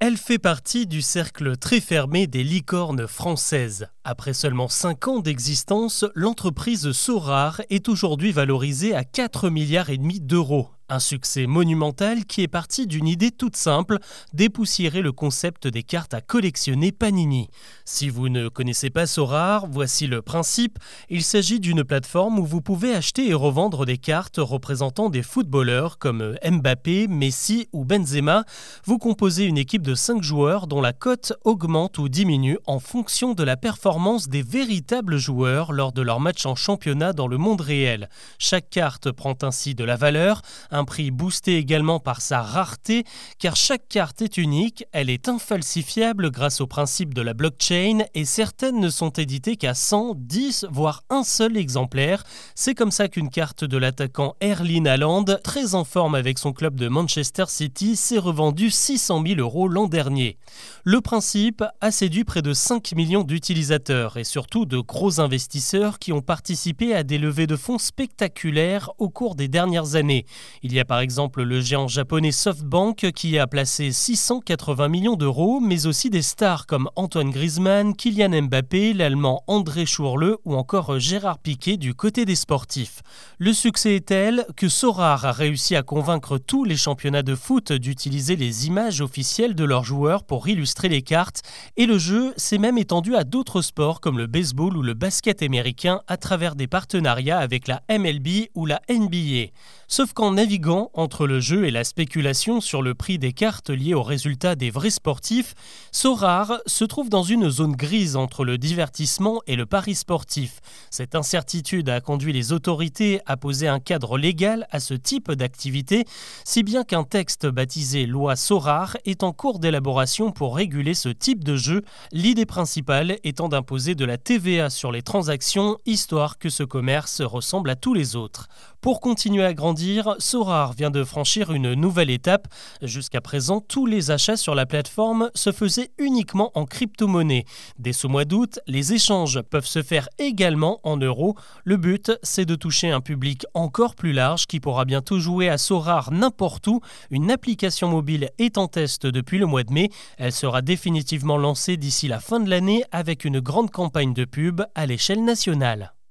Elle fait partie du cercle très fermé des licornes françaises. Après seulement 5 ans d'existence, l'entreprise Sorare est aujourd'hui valorisée à 4,5 milliards d'euros. Un succès monumental qui est parti d'une idée toute simple, dépoussiérer le concept des cartes à collectionner Panini. Si vous ne connaissez pas Sorare, voici le principe. Il s'agit d'une plateforme où vous pouvez acheter et revendre des cartes représentant des footballeurs comme Mbappé, Messi ou Benzema. Vous composez une équipe de 5 joueurs dont la cote augmente ou diminue en fonction de la performance des véritables joueurs lors de leur match en championnat dans le monde réel. Chaque carte prend ainsi de la valeur, un prix boosté également par sa rareté, car chaque carte est unique, elle est infalsifiable grâce au principe de la blockchain et certaines ne sont éditées qu'à 100, 10, voire un seul exemplaire. C'est comme ça qu'une carte de l'attaquant Erling Haaland, très en forme avec son club de Manchester City, s'est revendue 600 000 € l'an dernier. Le principe a séduit près de 5 millions d'utilisateurs et surtout de gros investisseurs qui ont participé à des levées de fonds spectaculaires au cours des dernières années. Il y a par exemple le géant japonais SoftBank qui a placé 680 millions d'euros, mais aussi des stars comme Antoine Griezmann, Kylian Mbappé, l'Allemand André Schurrle ou encore Gérard Piqué du côté des sportifs. Le succès est tel que Sorare a réussi à convaincre tous les championnats de foot d'utiliser les images officielles de leurs joueurs pour illustrer les cartes, et le jeu s'est même étendu à d'autres sports comme le baseball ou le basket américain à travers des partenariats avec la MLB ou la NBA. Sauf qu'en naviguant entre le jeu et la spéculation sur le prix des cartes liées aux résultats des vrais sportifs, Sorare se trouve dans une zone grise entre le divertissement et le pari sportif. Cette incertitude a conduit les autorités à poser un cadre légal à ce type d'activité, si bien qu'un texte baptisé Loi Sorare est en cours d'élaboration pour réguler ce type de jeu, l'idée principale étant d'imposer de la TVA sur les transactions, histoire que ce commerce ressemble à tous les autres. Pour continuer à grandir, Sorare vient de franchir une nouvelle étape. Jusqu'à présent, tous les achats sur la plateforme se faisaient uniquement en crypto-monnaie. Dès ce mois d'août, les échanges peuvent se faire également en euros. Le but, c'est de toucher un public encore plus large qui pourra bientôt jouer à Sorare n'importe où. Une application mobile est en test depuis le mois de mai. Elle sera définitivement lancée d'ici la fin de l'année avec une grande campagne de pub à l'échelle nationale.